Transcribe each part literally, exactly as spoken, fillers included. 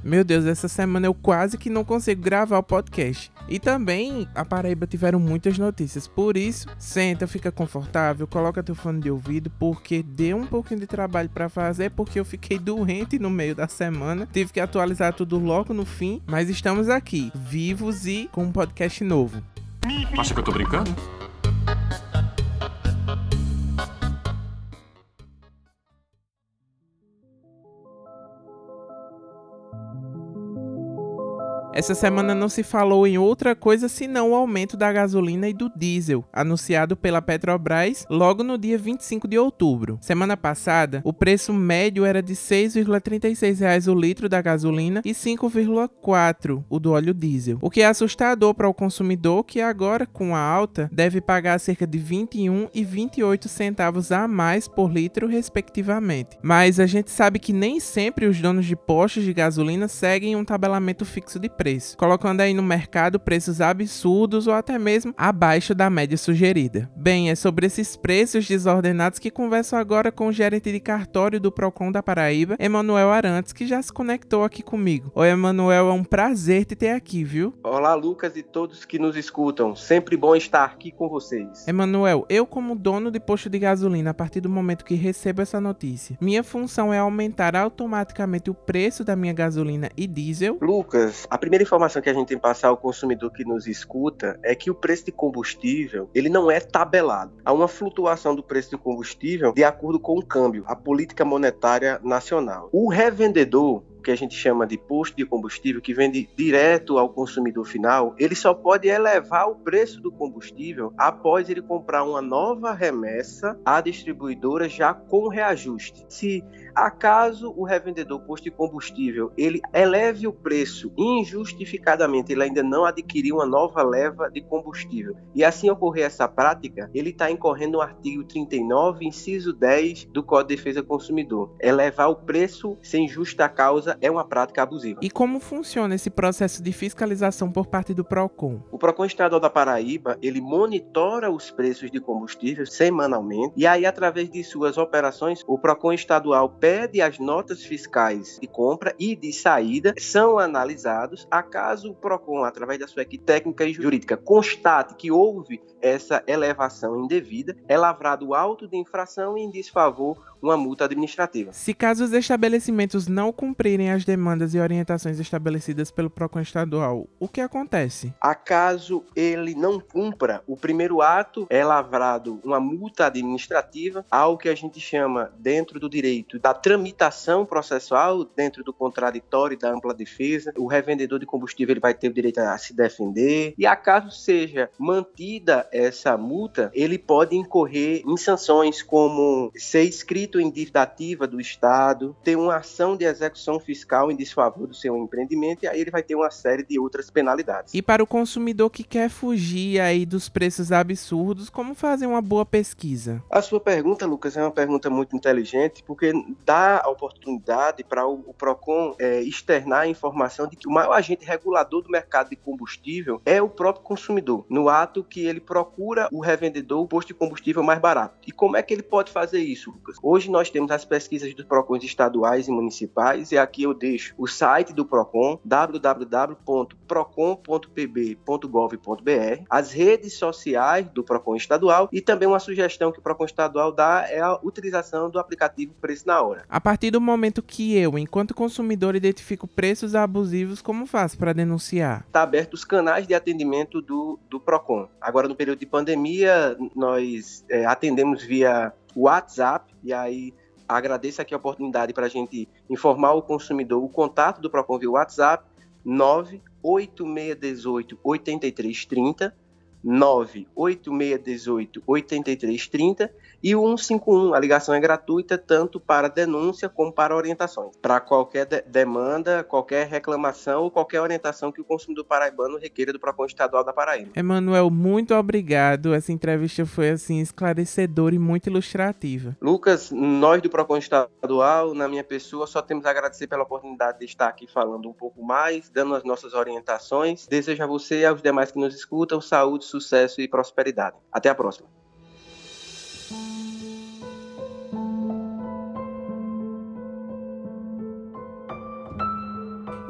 Meu Deus, essa semana eu quase que não consigo gravar o podcast. E também a Paraíba tiveram muitas notícias, por isso, senta, fica confortável, coloca teu fone de ouvido, porque deu um pouquinho de trabalho pra fazer, porque eu fiquei doente no meio da semana, tive que atualizar tudo logo no fim, mas estamos aqui, vivos e com um podcast novo. Acha que eu tô brincando? Essa semana não se falou em outra coisa senão o aumento da gasolina e do diesel, anunciado pela Petrobras logo no dia vinte e cinco de outubro. Semana passada, o preço médio era de seis vírgula trinta e seis reais o litro da gasolina e cinco vírgula quatro o do óleo diesel, o que é assustador para o consumidor que agora, com a alta, deve pagar cerca de vinte e um e vinte e oito centavos a mais por litro, respectivamente. Mas a gente sabe que nem sempre os donos de postos de gasolina seguem um tabelamento fixo de preço. Preço, colocando aí no mercado preços absurdos ou até mesmo abaixo da média sugerida. Bem, é sobre esses preços desordenados que converso agora com o gerente de cartório do Procon da Paraíba, Emanuel Arantes, que já se conectou aqui comigo. Oi, Emanuel, é um prazer te ter aqui, viu? Olá, Lucas e todos que nos escutam. Sempre bom estar aqui com vocês. Emanuel, eu como dono de posto de gasolina, a partir do momento que recebo essa notícia, minha função é aumentar automaticamente o preço da minha gasolina e diesel? Lucas, a primeira informação que a gente tem que passar ao consumidor que nos escuta é que o preço de combustível, ele não é tabelado. Há uma flutuação do preço de combustível de acordo com o câmbio, a política monetária nacional. O revendedor, que a gente chama de posto de combustível, que vende direto ao consumidor final, ele só pode elevar o preço do combustível após ele comprar uma nova remessa à distribuidora já com reajuste. Se acaso o revendedor posto de combustível ele eleve o preço injustificadamente, ele ainda não adquiriu uma nova leva de combustível, e assim ocorrer essa prática, ele está incorrendo no artigo trinta e nove, inciso dez do Código de Defesa do Consumidor. Elevar o preço sem justa causa é uma prática abusiva. E como funciona esse processo de fiscalização por parte do Procon? O Procon Estadual da Paraíba, ele monitora os preços de combustível semanalmente, e aí, através de suas operações, o Procon Estadual pede as notas fiscais de compra e de saída, são analisados. Acaso o Procon, através da sua equipe técnica e jurídica, constate que houve essa elevação indevida, é lavrado auto de infração e, em desfavor, uma multa administrativa. Se caso os estabelecimentos não cumprirem as demandas e orientações estabelecidas pelo Procon Estadual, o que acontece? Acaso ele não cumpra, o primeiro ato é lavrado uma multa administrativa, algo que a gente chama, dentro do direito, da tramitação processual, dentro do contraditório e da ampla defesa. O revendedor de combustível ele vai ter o direito a se defender, e acaso seja mantida essa multa, ele pode incorrer em sanções como ser inscrito em dívida ativa do Estado, ter uma ação de execução fiscal em desfavor do seu empreendimento, e aí ele vai ter uma série de outras penalidades. E para o consumidor que quer fugir aí dos preços absurdos, como fazer uma boa pesquisa? A sua pergunta, Lucas, é uma pergunta muito inteligente, porque dá a oportunidade para o, o Procon é, externar a informação de que o maior agente regulador do mercado de combustível é o próprio consumidor, no ato que ele procura o revendedor, o posto de combustível mais barato. E como é que ele pode fazer isso, Lucas? Hoje nós temos as pesquisas dos Procons estaduais e municipais, e aqui eu deixo o site do Procon, w w w ponto procon ponto p b ponto gov ponto b r, as redes sociais do Procon estadual, e também uma sugestão que o Procon estadual dá é a utilização do aplicativo Preço na Hora. A partir do momento que eu, enquanto consumidor, identifico preços abusivos, como faço para denunciar? Está aberto os canais de atendimento do, do Procon. Agora, no período de pandemia, nós é, atendemos via WhatsApp, e aí agradeço aqui a oportunidade para a gente informar o consumidor. O contato do Procon via WhatsApp, nove oito seis um oito, oito três três zero, nove oito seis um oito, oito três três zero, e o cento e cinquenta e um, a ligação é gratuita tanto para denúncia como para orientações. Para qualquer de- demanda, qualquer reclamação ou qualquer orientação que o consumidor paraibano requeira do Procon Estadual da Paraíba. Emanuel, muito obrigado. Essa entrevista foi assim esclarecedora e muito ilustrativa. Lucas, nós do Procon Estadual, na minha pessoa, só temos a agradecer pela oportunidade de estar aqui falando um pouco mais, dando as nossas orientações. Desejo a você e aos demais que nos escutam saúde, sucesso e prosperidade. Até a próxima.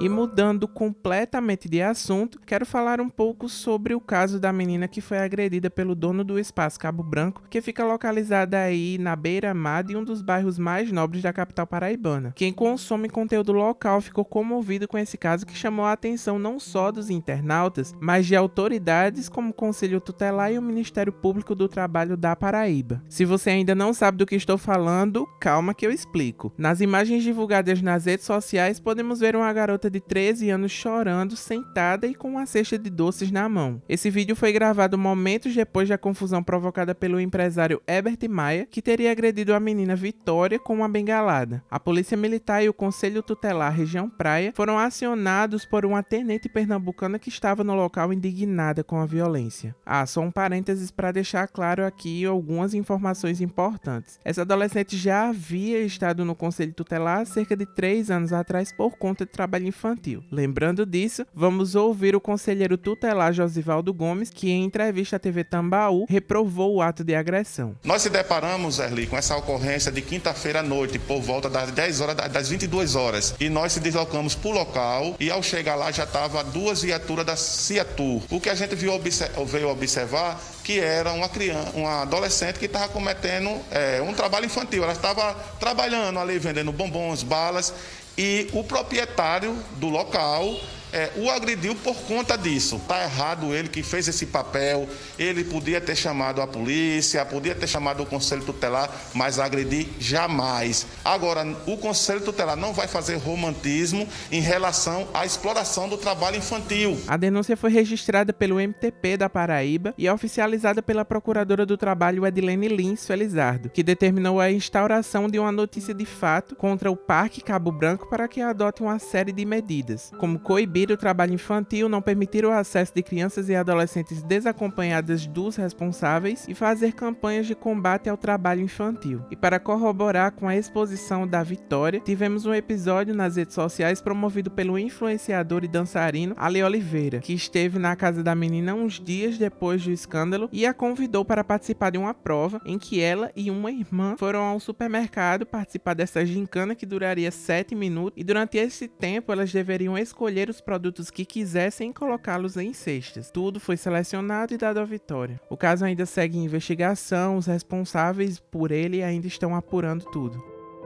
E mudando completamente de assunto, quero falar um pouco sobre o caso da menina que foi agredida pelo dono do Espaço Cabo Branco, que fica localizada aí na beira-mar de um dos bairros mais nobres da capital paraibana. Quem consome conteúdo local ficou comovido com esse caso, que chamou a atenção não só dos internautas, mas de autoridades como o Conselho Tutelar e o Ministério Público do Trabalho da Paraíba. Se você ainda não sabe do que estou falando, calma que eu explico. Nas imagens divulgadas nas redes sociais, podemos ver uma garota de treze anos chorando, sentada e com uma cesta de doces na mão. Esse vídeo foi gravado momentos depois da confusão provocada pelo empresário Herbert Maia, que teria agredido a menina Vitória com uma bengalada. A Polícia Militar e o Conselho Tutelar Região Praia foram acionados por uma tenente pernambucana que estava no local indignada com a violência. Ah, só um parênteses para deixar claro aqui algumas informações importantes. Essa adolescente já havia estado no Conselho Tutelar há cerca de três anos atrás por conta de trabalho infantil. Lembrando disso, vamos ouvir o conselheiro tutelar Josivaldo Gomes, que em entrevista à T V Tambaú reprovou o ato de agressão. Nós se deparamos, Erli, com essa ocorrência de quinta-feira à noite, por volta das dez horas, das vinte e duas horas, e nós se deslocamos para o local e ao chegar lá já estava duas viaturas da Ciatur. O que a gente viu, veio observar que era uma criança, uma adolescente que estava cometendo é, um trabalho infantil. Ela estava trabalhando ali, vendendo bombons, balas, e o proprietário do local É, o agrediu por conta disso. Está errado ele que fez esse papel, ele podia ter chamado a polícia, podia ter chamado o Conselho Tutelar, mas agredir jamais. Agora, o Conselho Tutelar não vai fazer romantismo em relação à exploração do trabalho infantil. A denúncia foi registrada pelo M T P da Paraíba e é oficializada pela Procuradora do Trabalho Edilene Lins Felizardo, que determinou a instauração de uma notícia de fato contra o Parque Cabo Branco para que adote uma série de medidas, como coibir o trabalho infantil, não permitir o acesso de crianças e adolescentes desacompanhadas dos responsáveis e fazer campanhas de combate ao trabalho infantil. E para corroborar com a exposição da Vitória, tivemos um episódio nas redes sociais promovido pelo influenciador e dançarino Ale Oliveira, que esteve na casa da menina uns dias depois do escândalo e a convidou para participar de uma prova em que ela e uma irmã foram ao supermercado participar dessa gincana que duraria sete minutos, e durante esse tempo elas deveriam escolher os produtos que quisessem e colocá-los em cestas. Tudo foi selecionado e dado à Vitória. O caso ainda segue em investigação, os responsáveis por ele ainda estão apurando tudo.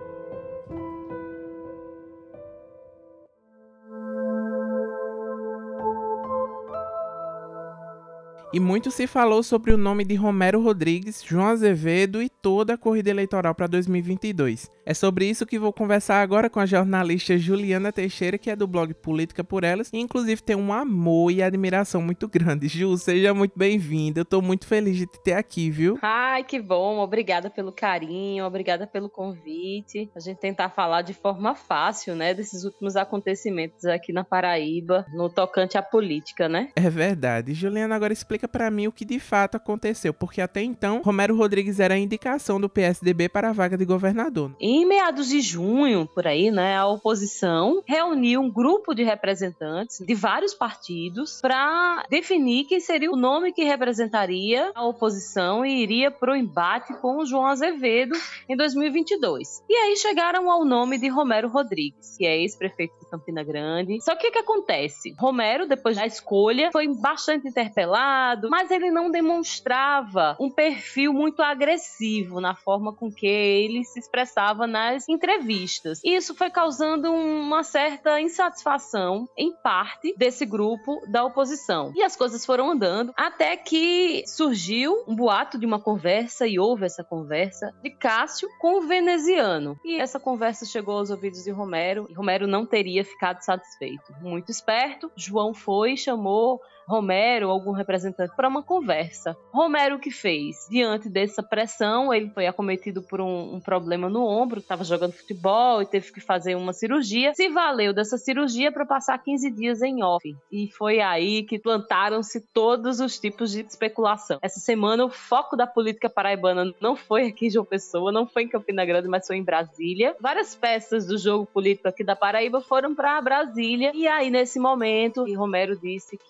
E muito se falou sobre o nome de Romero Rodrigues, João Azevedo e toda a corrida eleitoral para dois mil e vinte e dois. É sobre isso que vou conversar agora com a jornalista Juliana Teixeira, que é do blog Política por Elas, e inclusive tem um amor e admiração muito grande. Ju, seja muito bem-vinda, eu tô muito feliz de te ter aqui, viu? Ai, que bom, obrigada pelo carinho, obrigada pelo convite. A gente tentar falar de forma fácil, né, desses últimos acontecimentos aqui na Paraíba, no tocante à política, né? É verdade. Juliana, agora explica pra mim o que de fato aconteceu, porque até então, Romero Rodrigues era a indicação do P S D B para a vaga de governador. Em meados de junho, por aí, né, a oposição reuniu um grupo de representantes de vários partidos para definir quem seria o nome que representaria a oposição e iria para o embate com o João Azevedo em dois mil e vinte e dois. E aí chegaram ao nome de Romero Rodrigues, que é ex-prefeito de Campina Grande. Só que o que acontece? Romero, depois da escolha, foi bastante interpelado, mas ele não demonstrava um perfil muito agressivo na forma com que ele se expressava nas entrevistas. Isso foi causando uma certa insatisfação, em parte, desse grupo da oposição. E as coisas foram andando até que surgiu um boato de uma conversa, e houve essa conversa, de Cássio com o veneziano. E essa conversa chegou aos ouvidos de Romero, e Romero não teria ficado satisfeito. Muito esperto, João foi e chamou Romero, algum representante, para uma conversa. Romero o que fez? Diante dessa pressão, ele foi acometido por um, um problema no ombro, estava jogando futebol e teve que fazer uma cirurgia. Se valeu dessa cirurgia para passar quinze dias em off. E foi aí que plantaram-se todos os tipos de especulação. Essa semana, o foco da política paraibana não foi aqui em João Pessoa, não foi em Campina Grande, mas foi em Brasília. Várias peças do jogo político aqui da Paraíba foram para Brasília. E aí, nesse momento, Romero disse que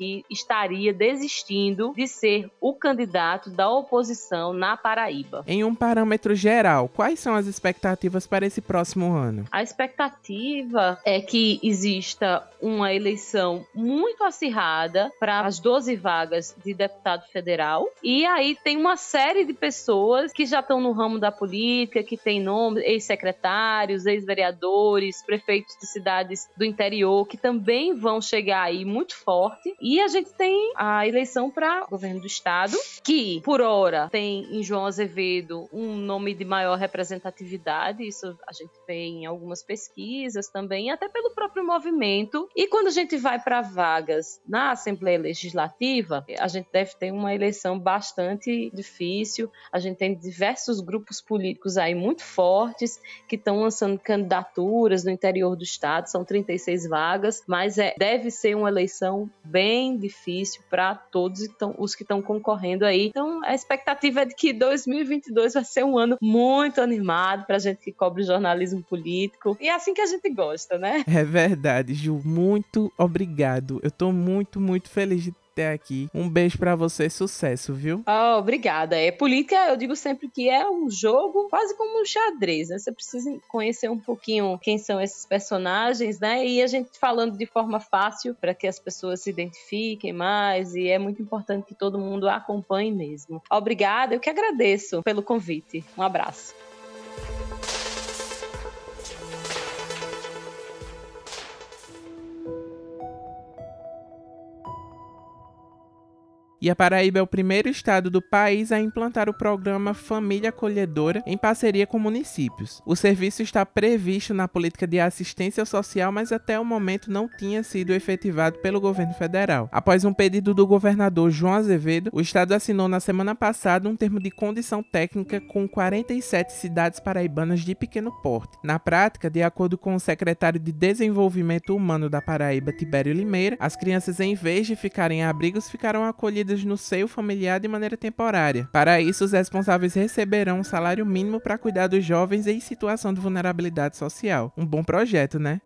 estaria desistindo de ser o candidato da oposição na Paraíba. Em um parâmetro geral, quais são as expectativas para esse próximo ano? A expectativa é que exista uma eleição muito acirrada para as doze vagas de deputado federal. E aí tem uma série de pessoas que já estão no ramo da política, que tem nome, ex-secretários, ex-vereadores, prefeitos de cidades do interior, que também vão chegar aí muito forte. E a gente tem a eleição para governo do estado, que por hora tem em João Azevedo um nome de maior representatividade. Isso a gente vê em algumas pesquisas também, até pelo próprio movimento. E quando a gente vai para vagas na Assembleia Legislativa, a gente deve ter uma eleição bastante difícil. A gente tem diversos grupos políticos aí muito fortes que estão lançando candidaturas no interior do estado. São trinta e seis vagas, mas é, deve ser uma eleição bem difícil para todos então, os que estão concorrendo aí. Então, a expectativa é de que dois mil e vinte e dois vai ser um ano muito animado para a gente que cobre jornalismo político. E é assim que a gente gosta, né? É verdade, Ju. Muito obrigado. Eu tô muito, muito feliz de ter aqui. Um beijo pra você, sucesso, viu? Oh, obrigada. É, política, eu digo sempre que é um jogo quase como um xadrez, né? Você precisa conhecer um pouquinho quem são esses personagens, né? E a gente falando de forma fácil para que as pessoas se identifiquem mais, e é muito importante que todo mundo acompanhe mesmo. Obrigada, eu que agradeço pelo convite. Um abraço. E a Paraíba é o primeiro estado do país a implantar o programa Família Acolhedora em parceria com municípios. O serviço está previsto na política de assistência social, mas até o momento não tinha sido efetivado pelo governo federal. Após um pedido do governador João Azevedo, o estado assinou na semana passada um termo de condição técnica com quarenta e sete cidades paraibanas de pequeno porte. Na prática, de acordo com o secretário de Desenvolvimento Humano da Paraíba, Tibério Limeira, as crianças, em vez de ficarem em abrigos, ficaram acolhidas no seio familiar de maneira temporária. Para isso, os responsáveis receberão um salário mínimo para cuidar dos jovens em situação de vulnerabilidade social. Um bom projeto, né?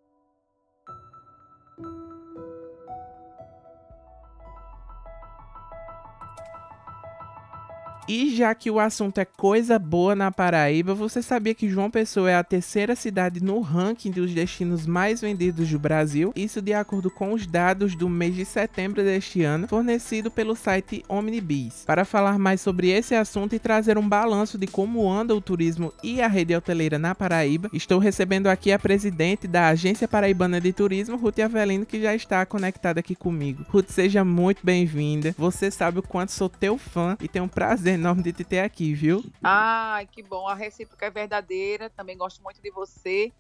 E já que o assunto é coisa boa na Paraíba, você sabia que João Pessoa é a terceira cidade no ranking dos destinos mais vendidos do Brasil? Isso de acordo com os dados do mês de setembro deste ano, fornecido pelo site OmniBiz. Para falar mais sobre esse assunto e trazer um balanço de como anda o turismo e a rede hoteleira na Paraíba, estou recebendo aqui a presidente da Agência Paraibana de Turismo, Ruth Avelino, que já está conectada aqui comigo. Ruth, seja muito bem-vinda. Você sabe o quanto sou teu fã e tenho um prazer enorme de te ter aqui, viu? Ai, que bom, a recíproca é verdadeira, também gosto muito de você.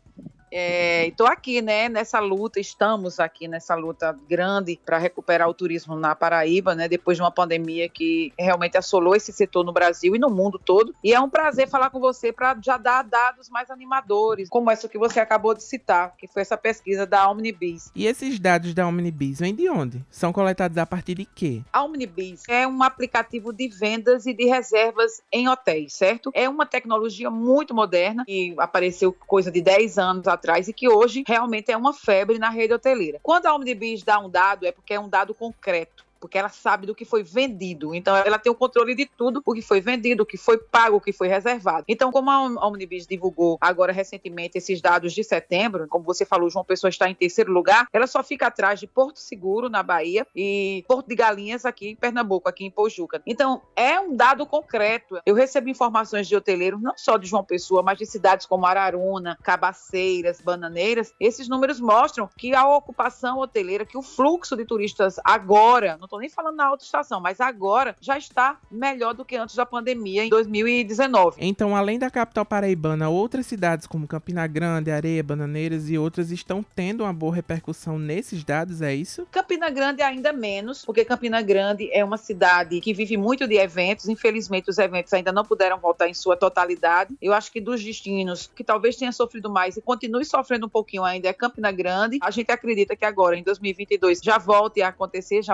Estou é, aqui, né, nessa luta, estamos aqui nessa luta grande para recuperar o turismo na Paraíba, né, depois de uma pandemia que realmente assolou esse setor no Brasil e no mundo todo. E é um prazer falar com você para já dar dados mais animadores, como essa que você acabou de citar, que foi essa pesquisa da OmniBiz. E esses dados da OmniBiz vêm de onde? São coletados a partir de quê? A OmniBiz é um aplicativo de vendas e de reservas em hotéis, certo? É uma tecnologia muito moderna que apareceu coisa de dez anos atrás atrás e que hoje realmente é uma febre na rede hoteleira. Quando a OmniBiz dá um dado, é porque é um dado concreto, porque ela sabe do que foi vendido. Então, ela tem o controle de tudo, o que foi vendido, o que foi pago, o que foi reservado. Então, como a OmniBiz divulgou agora recentemente esses dados de setembro, como você falou, João Pessoa está em terceiro lugar, ela só fica atrás de Porto Seguro, na Bahia, e Porto de Galinhas, aqui em Pernambuco, aqui em Pojuca. Então, é um dado concreto. Eu recebo informações de hoteleiros, não só de João Pessoa, mas de cidades como Araruna, Cabaceiras, Bananeiras. Esses números mostram que a ocupação hoteleira, que o fluxo de turistas agora, não estou nem falando na autoestação, mas agora já está melhor do que antes da pandemia, em dois mil e dezenove. Então, além da capital paraibana, outras cidades como Campina Grande, Areia, Bananeiras e outras estão tendo uma boa repercussão nesses dados, é isso? Campina Grande ainda menos, porque Campina Grande é uma cidade que vive muito de eventos. Infelizmente, os eventos ainda não puderam voltar em sua totalidade. Eu acho que dos destinos que talvez tenha sofrido mais e continue sofrendo um pouquinho ainda é Campina Grande. A gente acredita que agora, em dois mil e vinte e dois, já volte a acontecer, já vai ter o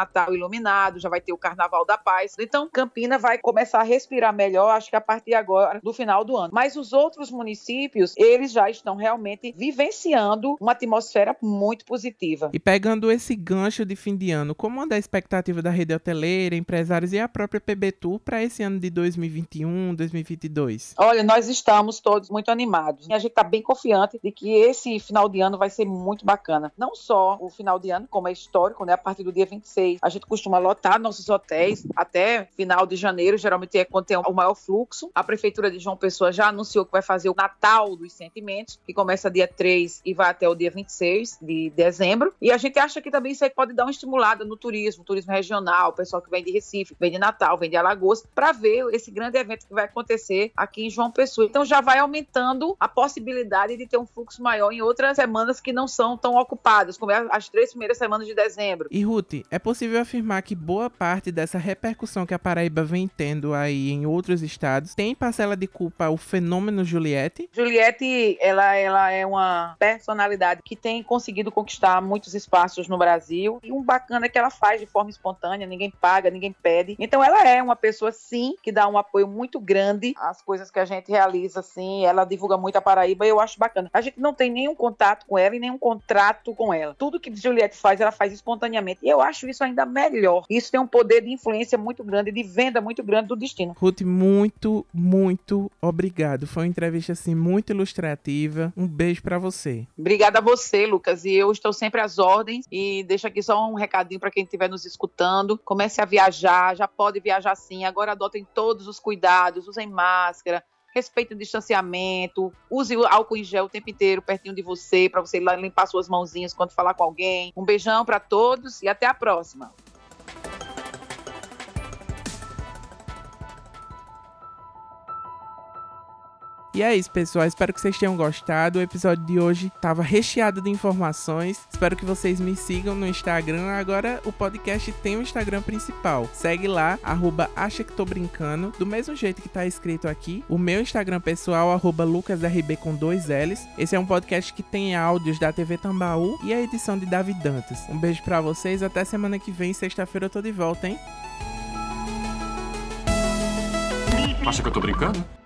Natal iluminado, já vai ter o Carnaval da Paz. Então, Campina vai começar a respirar melhor, acho que a partir agora, do final do ano. Mas os outros municípios, eles já estão realmente vivenciando uma atmosfera muito positiva. E pegando esse gancho de fim de ano, como anda a expectativa da rede hoteleira, empresários e a própria P B Tour para esse ano de dois mil e vinte e um, dois mil e vinte e dois? Olha, nós estamos todos muito animados. E a gente está bem confiante de que esse final de ano vai ser muito bacana. Não só o final de ano, como é histórico, né? A partir do dia vinte e seis, a gente costuma lotar nossos hotéis até final de janeiro, geralmente é quando tem o maior fluxo. A Prefeitura de João Pessoa já anunciou que vai fazer o Natal dos Sentimentos, que começa dia três e vai até o dia vinte e seis de dezembro. E a gente acha que também isso aí pode dar uma estimulada no turismo, turismo regional, o pessoal que vem de Recife, vem de Natal, vem de Alagoas, para ver esse grande evento que vai acontecer aqui em João Pessoa. Então já vai aumentando a possibilidade de ter um fluxo maior em outras semanas que não são tão ocupadas, como é as três primeiras semanas de dezembro. E Ruth, é possível afirmar que boa parte dessa repercussão que a Paraíba vem tendo aí em outros estados tem parcela de culpa o fenômeno Juliette? Juliette, ela, ela é uma personalidade que tem conseguido conquistar muitos espaços no Brasil, e um bacana é que ela faz de forma espontânea, ninguém paga, ninguém pede. Então ela é uma pessoa, sim, que dá um apoio muito grande às coisas que a gente realiza, assim, ela divulga muito a Paraíba e eu acho bacana. A gente não tem nenhum contato com ela e nenhum contrato com ela. Tudo que Juliette faz, ela faz espontaneamente. E eu acho isso ainda melhor. Isso tem um poder de influência muito grande, de venda muito grande do destino. Ruth, muito, muito obrigado. Foi uma entrevista, assim, muito ilustrativa. Um beijo pra você. Obrigada a você, Lucas. E eu estou sempre às ordens. E deixo aqui só um recadinho para quem estiver nos escutando. Comece a viajar, já pode viajar sim. Agora adotem todos os cuidados, usem máscara, respeitem o distanciamento, use o álcool em gel o tempo inteiro pertinho de você, para você ir lá limpar suas mãozinhas quando falar com alguém. Um beijão para todos e até a próxima. E é isso, pessoal. Espero que vocês tenham gostado. O episódio de hoje estava recheado de informações. Espero que vocês me sigam no Instagram. Agora o podcast tem um Instagram principal. Segue lá, arroba acha que tô brincando. Do mesmo jeito que tá escrito aqui. O meu Instagram pessoal, arroba lucasrb com dois L's. Esse é um podcast que tem áudios da T V Tambaú e a edição de Davi Dantas. Um beijo pra vocês. Até semana que vem. Sexta-feira eu tô de volta, hein? Acha que eu tô brincando?